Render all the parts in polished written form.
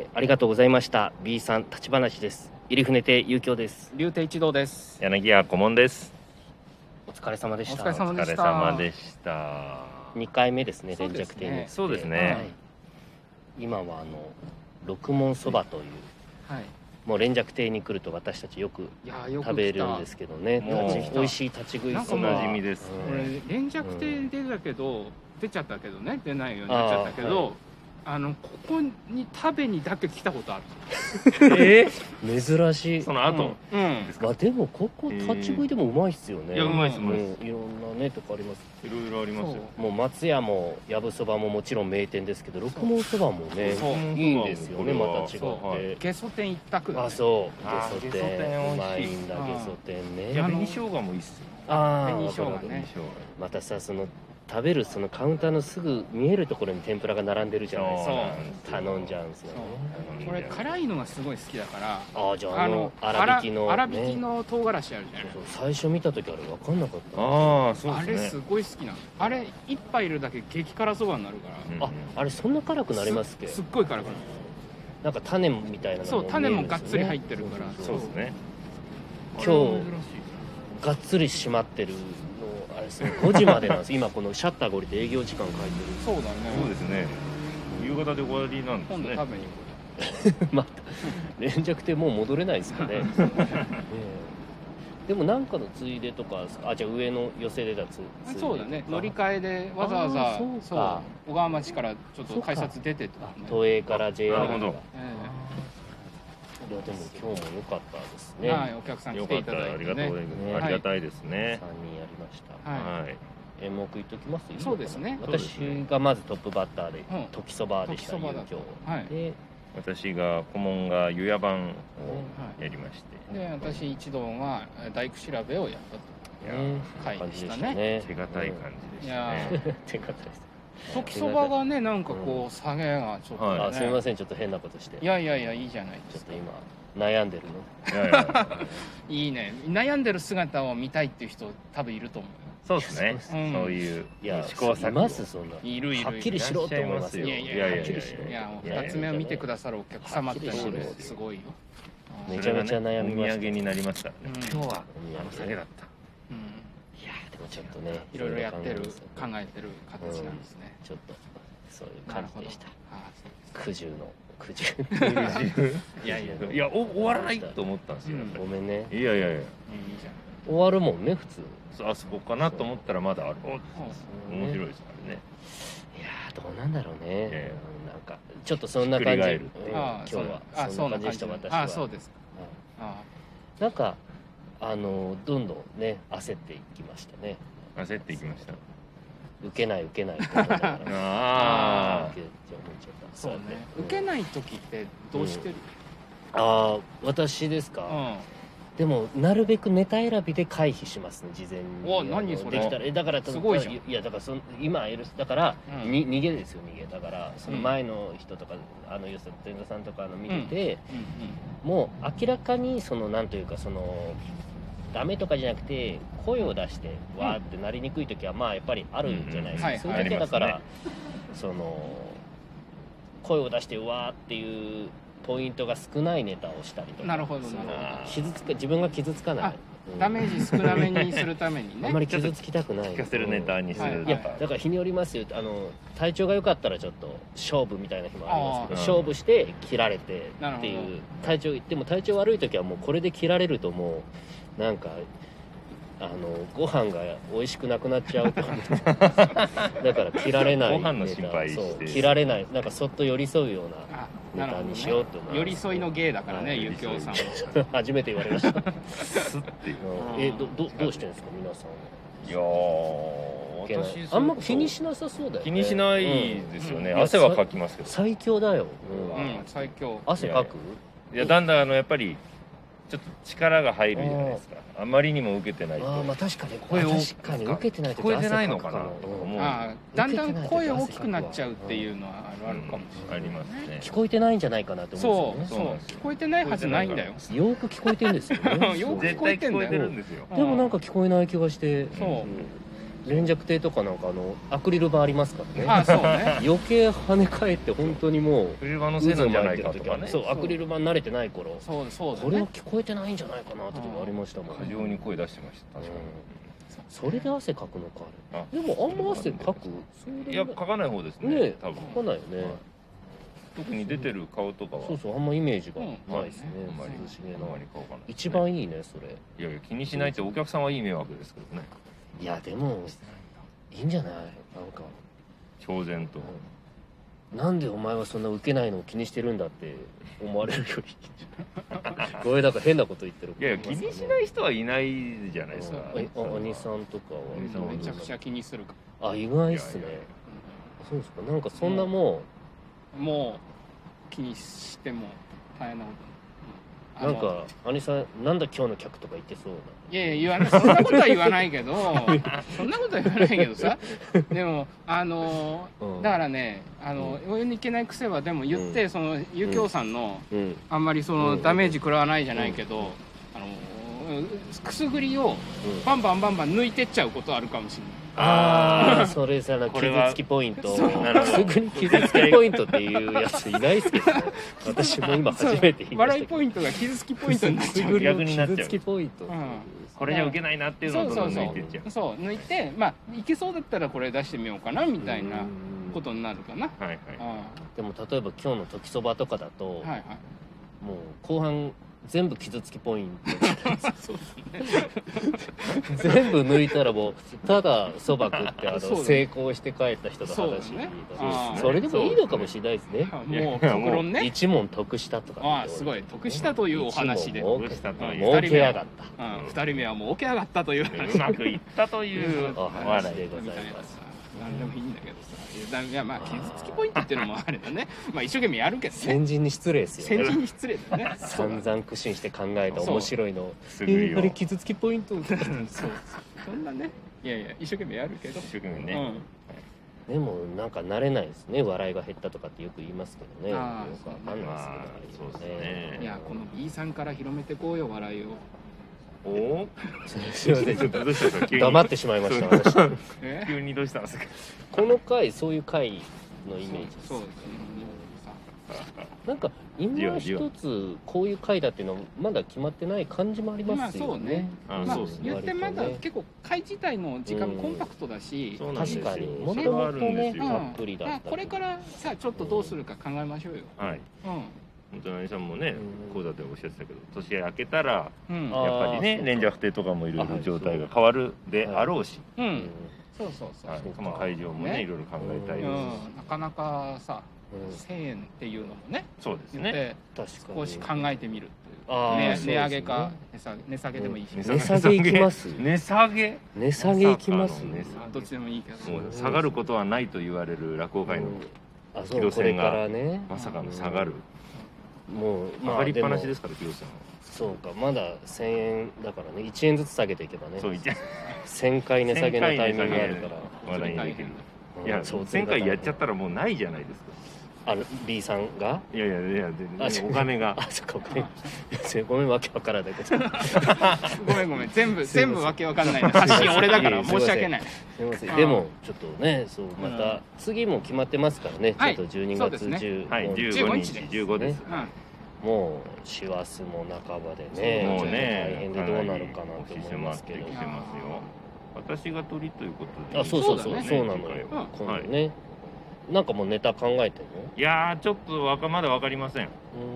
ありがとうございました。 B さん立ち話です。入船亭遊興です。 竜亭一同です。 柳家顧問です。 お疲れ様でした。 お疲れ様でした。 お疲れ様でした。 2回目ですね、連そうですね着亭に。 そうですね、 はい、今は六門そばという、 はい、 もう連着亭に来ると私たちよく食べるんですけどね、 もう美味しい立ち食いそおば。 なじみです、 これ連着亭出たけど、出ちゃったけどね、出ないようになっちゃったけど、ここに食べにだけ来たことある。 珍しい。 その後ですか。 でもここ立ち食いでもうまいっすよね。 いやうまいっす、うまいっす。 いろんなねとこあります。 いろいろありますよ。 もう松屋もやぶそばももちろん名店ですけど、六門そばもねいいんですよね。また違ってゲソ天一択だね。 あ、そうゲソゲソ天天うまい美味しいんだ。ゲソ天ね。 いや紅生姜もいいっすよ。 紅生姜ね。 またさ、その食べるそのカウンターのすぐ見えるところに天ぷらが並んでるじゃないですか。頼んじゃうんですよね。 これ辛いのがすごい好きだから。 あ、じゃあ粗挽きの粗挽きの唐辛子あるじゃない。 最初見た時あれ分かんなかった。 ああ、そうですね。 あれすごい好きなの。あれ一杯いるだけ激辛そばになるから。 あれそんな辛くなりますっけ。 すっごい辛くなる。 なんか種みたいなのも見えるんですよね。 そう、種もがっつり入ってるから。 そうですね。 今日がっつり閉まってるのあれですね、5時までなんです。今このシャッターが降りて営業時間書いてる。 そうだね。 そうですね。夕方で終わりなんですね。 今度食べに行こまた連着ってもう戻れないですかね。でもなんかのついでとか、じゃあ上の寄せでたついで。 そうだね。乗り換えでわざわざそう小川町からちょっと改札出てたね。 都営から JR が。 なるほど。 いやでも今日も良かったですね。 はい、お客さん来ていただいてね。 ありがとうございます。ありがたいですね。 3人やりました。 はい。 演目言っときます。 そうですね。 私がまずトップバッターで時そばでした。今日。で、 私が顧問が湯屋番をやりまして。 で、私一同が大工調べをやったと。回でしたね。 手堅い感じでしたね。 手堅いです。 時そばがね、なんかこう下げがちょっとすみません、ちょっと変なことして。 いやいいいじゃない。 ちょっと今悩んでるの。いいね。悩んでる姿を見たいっていう人多分いると思う。 そうですね。そういう試行錯誤。 いますそんな。 いる。 はっきりしろと思いますよ。 いや2つ目を見てくださるお客様ってすごいよ。 めちゃめちゃ悩みました。 お土産になりましたね。今日は酒だった。 いやでもちょっとね、 いろいろやってる考えてる形なんですね。 ちょっとそういう感じでした。苦渋の苦渋。 いや終わらないと思ったんですよ。 ごめんね。 いやいいじゃん。 終わるもんね普通。 あそこかなと思ったらまだある。面白いですからね。 いやどうなんだろうね。なんかちょっとそんな感じ。今日はそんな感じでした私は。 そうですか。 なんかどんどんね焦っていきましたね。 焦っていきました。 受けないって思っちゃった。 そうね。受けない時ってどうしてる？ 私ですか。でもなるべくネタ選びで回避しますね、事前に。 何それ？ できたらだからすごいじゃん。 いやだから今だから逃げですよ、逃げ。だからその前の人とか吉田天さんとか見てて、もう明らかにそのなんというかそのダメとかじゃなくて声を出してわーってなりにくい時はまあやっぱりあるじゃないですか。そういう時はだからその声を出してわーっていうポイントが少ないネタをしたりとか。 なるほど。 自分が傷つかない。 ダメージ少なめにするためにね。 あんまり傷つきたくない。 聞かせるネタにする。 いやだから日によりますよ。体調が良かったらちょっと勝負みたいな日もありますけど、勝負して切られてっていうでも体調悪い時はもうこれで切られるともうなんかご飯が美味しくなくなっちゃうと思ってだから切られないご飯の心配して切られないなんかそっと寄り添うようなネタにしようと思います。 寄り添いの芸だからね、ゆきおさんは。 初めて言われました。 スッていう。 どうしてるんですか皆さん。 いや私あんま気にしなさそうだよね。 気にしないですよね。汗はかきますけど。 最強だよ。 最強。 汗かく？ いやだんだんやっぱりちょっと力が入るじゃないですか。あまりにも受けてないと。 まあ確かに受けてないと聞こえてないのかなと思う。 だんだん声大きくなっちゃうっていうのはあるかもしれない。 ありますね。 聞こえてないんじゃないかなと思うんですよね。 そう聞こえてないはずないんだよ。 よく聞こえてるんですよね。 よく聞こえてるんですよ。 でもなんか聞こえない気がして。 連弱艇とかなんかアクリル板ありますからね。 あそうね余計跳ね返って本当にもう車のせいなんじゃないかとかね。 そう、アクリル板慣れてない頃、 そうだね、 これは聞こえてないんじゃないかなって時ありましたもん。 過剰に声出してました確かそれで汗かくのかあれ。 あでもあんま汗かく。 に。いや書かない方ですね。 ね多分。 かないよね。 はい特に出てる顔とかはそうそう、あんまイメージがないですね。 あんまり涼しげなあんまり顔がない。 一番いいねそれ。 いやいや気にしないってお客さんはいい迷惑ですけどね。 いやでもいいんじゃない？なんか超然と。 なんでお前はそんな受けないのを気にしてるんだって思われるよりごめんなんか変なこと言ってる。 いやいや気にしない人はいないじゃないですか。 兄さんとかは兄さんはめちゃくちゃ気にするかあ、意外っすね。 いやいやいやそうですか。なんかそんなももう気にしても大変なことなんか兄さんなんだ今日の客とか言ってそういやいや言わない、そんなことは言わないけどそんなことは言わないけどさでもうんだからね応援に行けない癖はでも言って、そのゆきょうさんの、あんまりそのダメージ食らわないじゃないけど、くすぐりをバンバン抜いてっちゃうことあるかもしれない。 ああ、それさ、傷つきポイント。すぐに傷つきポイントっていうやついないですけどね。私も今初めて言いましたけど。 笑いポイントが傷つきポイントになっちゃう。 逆になっちゃう。 傷つきポイント。 これじゃ受けないなっていうのをどんどん抜いてっちゃう。 そう抜いて、まあいけそうだったらこれ出してみようかなみたいなことになるかな。 はいはい。 でも例えば今日の時そばとかだと、 はいはい、 もう後半全部傷つきポイントそうですね全部抜いたらもうただそば食って成功して帰った人の話聞いた。それでもいいのかもしれないですね。 もう極論ね、 一問得したとか。 ああすごい得したというお話で儲けやがった。 2人目は儲けやがったという話、 うまくいったというお話でございます。 何でもいいんだけどさ、いやまあ傷つきポイントっていうのもあれだね。まあ一生懸命やるけどね。 先人に失礼ですよね。 先人に失礼だね。 散々苦心して考えた面白いのを。あれ傷つきポイント。そうそんなね。いやいや一生懸命やるけど。 一生懸命ね。 でもなんか慣れないですね。笑いが減ったとかってよく言いますけどね。よくわかんないですけど。 そうですね。 いやこの B さんから広めてこうよ笑いを。 おお。 すいません、ちょっと黙ってしまいました私。 急にどうしたんですか。 この回そういう回のイメージです。 そうですね。 なんか今一つこういう回だっていうのはまだ決まってない感じもありますよね。 まあ言ってまだ結構回自体の時間もコンパクトだし、 確かにもともとねたっぷりだった。 これからさちょっとどうするか考えましょうよ。 はい。本当に兄さんもね、こうだっておっしゃってたけど、年明けたらやっぱりね、連弱艇とかもいろいろ状態が変わるであろうし、 そうそうそう。 まあ会場もねいろいろ考えたいですし、 なかなかさ、1000円っていうのもね、 そうですね。 少し考えてみるっていう。値上げか値下げでもいいし。 値下げいきます。 値下げ？ 値下げいきますね。 どっちでもいいけど。 下がることはないと言われる落語界の軌道線がまさかの下がる。 もう上がりっぱなしですから、広瀬さんは。 そうか、まだ1000円だからね、1円ずつ下げていけばね。 そう、 1000回値下げのタイミングがあるから。 話題にできる。いや、1000回やっちゃったらもうないじゃないですか。 B さんが？ いやお金が。 あ、そっか、ごめん、わけわからないこと。 ごめん、全部わけわかんない。発信俺だから申し訳ない。 すみません。でもちょっとね、そうまた次も決まってますからね。ちょっと12月 15日15です。 もう師走も半ばでね、 もうね大変でどうなるかなと思いますけど。 私が鳥ということで。 あ、そうなのよ。今度ね。なんかもうネタ考えてるの？ いやーちょっとまだわかりません。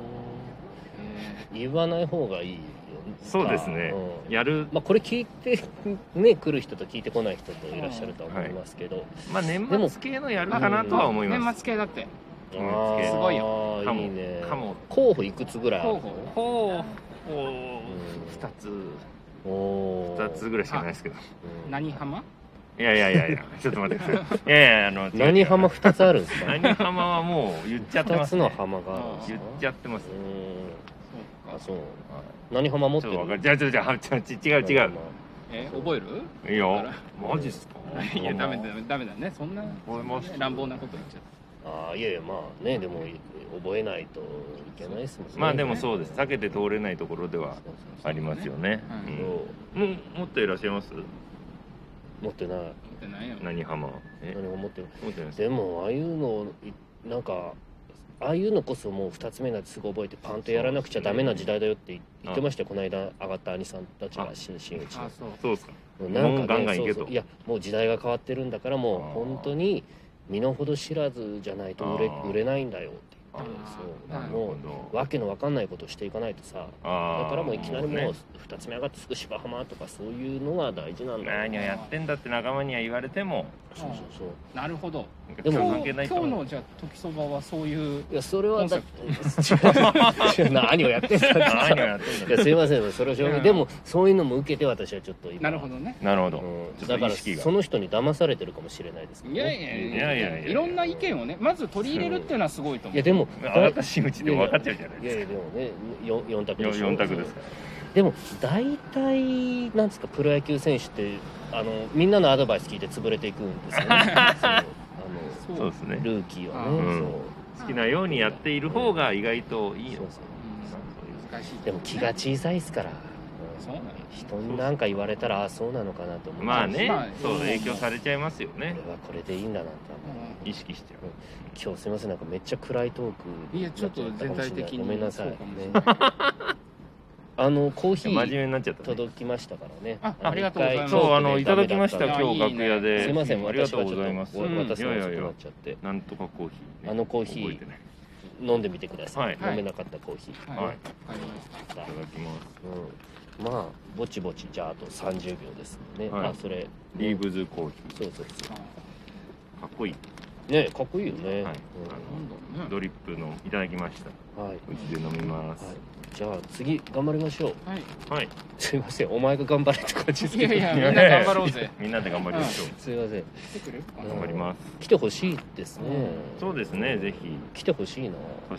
言わない方がいいよ。 そうですね。やる。 まあこれ聞いてね来る人と聞いてこない人といらっしゃると思いますけど。 まあ年末系のやるかなとは思います。 年末系だって。 すごいよ。 いいね。候補いくつぐらいあるの？ 候補2つぐらいしかないですけど。 何浜？ いやちょっと待ってください。いや何浜2つあるんですか？ 何浜はもう言っちゃってますね。 2つの浜がある。 言っちゃってます。 あ、そう。何浜持ってる？ じゃあ違う。 覚える？ いや、マジっすか？ いやダメだね。そんな乱暴なこと言っちゃった。 いやまあね、でも覚えないといけないですもんね。 まあでもそうです。避けて通れないところではありますよね。もっといらっしゃいます？ 持ってない。 持ってないよ。 何浜？ 何も持ってない。 持ってないです。 でもああいうのなんかああいうのこそもう2つ目なんてすぐ覚えてパンとやらなくちゃダメな時代だよって言ってましたよ、この間上がった兄さんたちが真打ちの。 そうですか。 なんかね、 ガンガンいけと。 いやもう時代が変わってるんだからもう本当に身の程知らずじゃないと売れないんだよって言って、そうもうわけのわかんないことをしていかないとさ、だからもういきなりもう2つ目上がってすぐ芝浜とかそういうのが大事なんだよ。 何をやってんだって仲間には言われても、 そうなるほど。 でも今日のじゃあ時そばはそういう、 いやそれはだ何をやってんだ何をやってんだ。 いやすいません、それはでもそういうのも受けて私はちょっと今。 なるほどね。 なるほど。 だからその人に騙されてるかもしれないですけどね。 いやいろんな意見をねまず取り入れるっていうのはすごいと思う。 いやでもあなた真打ちで分かっちゃうじゃないですか。 いやでもね4択でしょ。 4択ですから。 でも大体なんですか、プロ野球選手ってみんなのアドバイス聞いて潰れていくんですよね。 そうですね。 ルーキーはね、 好きなようにやっている方が意外といいよ。 難しい。 でも気が小さいですから、 そうなの。 人に何か言われたらそうなのかなと思う。 まあね、そう影響されちゃいますよね。 俺はこれでいいんだなって意識しちゃう。 今日すいません、なんかめっちゃ暗いトーク。 いやちょっと全体的にごめんなさいね。コーヒー真面目になっちゃったね。 届きましたからね。 ありがとうございます。 そういただきました今日楽屋で。 すいません、 ありがとうございます。 渡すの遅くなっちゃって。 なんとかコーヒー。コーヒー飲んでみてください。飲めなかったコーヒー。 はい。いただきます。 まあぼちぼちじゃああと30秒ですね。あそれリーブズコーヒー。 そう。 かっこいい。 ね、かっこいいよね。 ドリップのいただきました。はい。うちで飲みます。 じゃあ次頑張りましょう。 はい。 すいません、お前が頑張れって感じですけど。 いやみんな頑張ろうぜ。 みんなで頑張りましょう。 すいません。 来てくれる？ 頑張ります。 来てほしいですね。 そうですね、ぜひ来てほしいな。 そ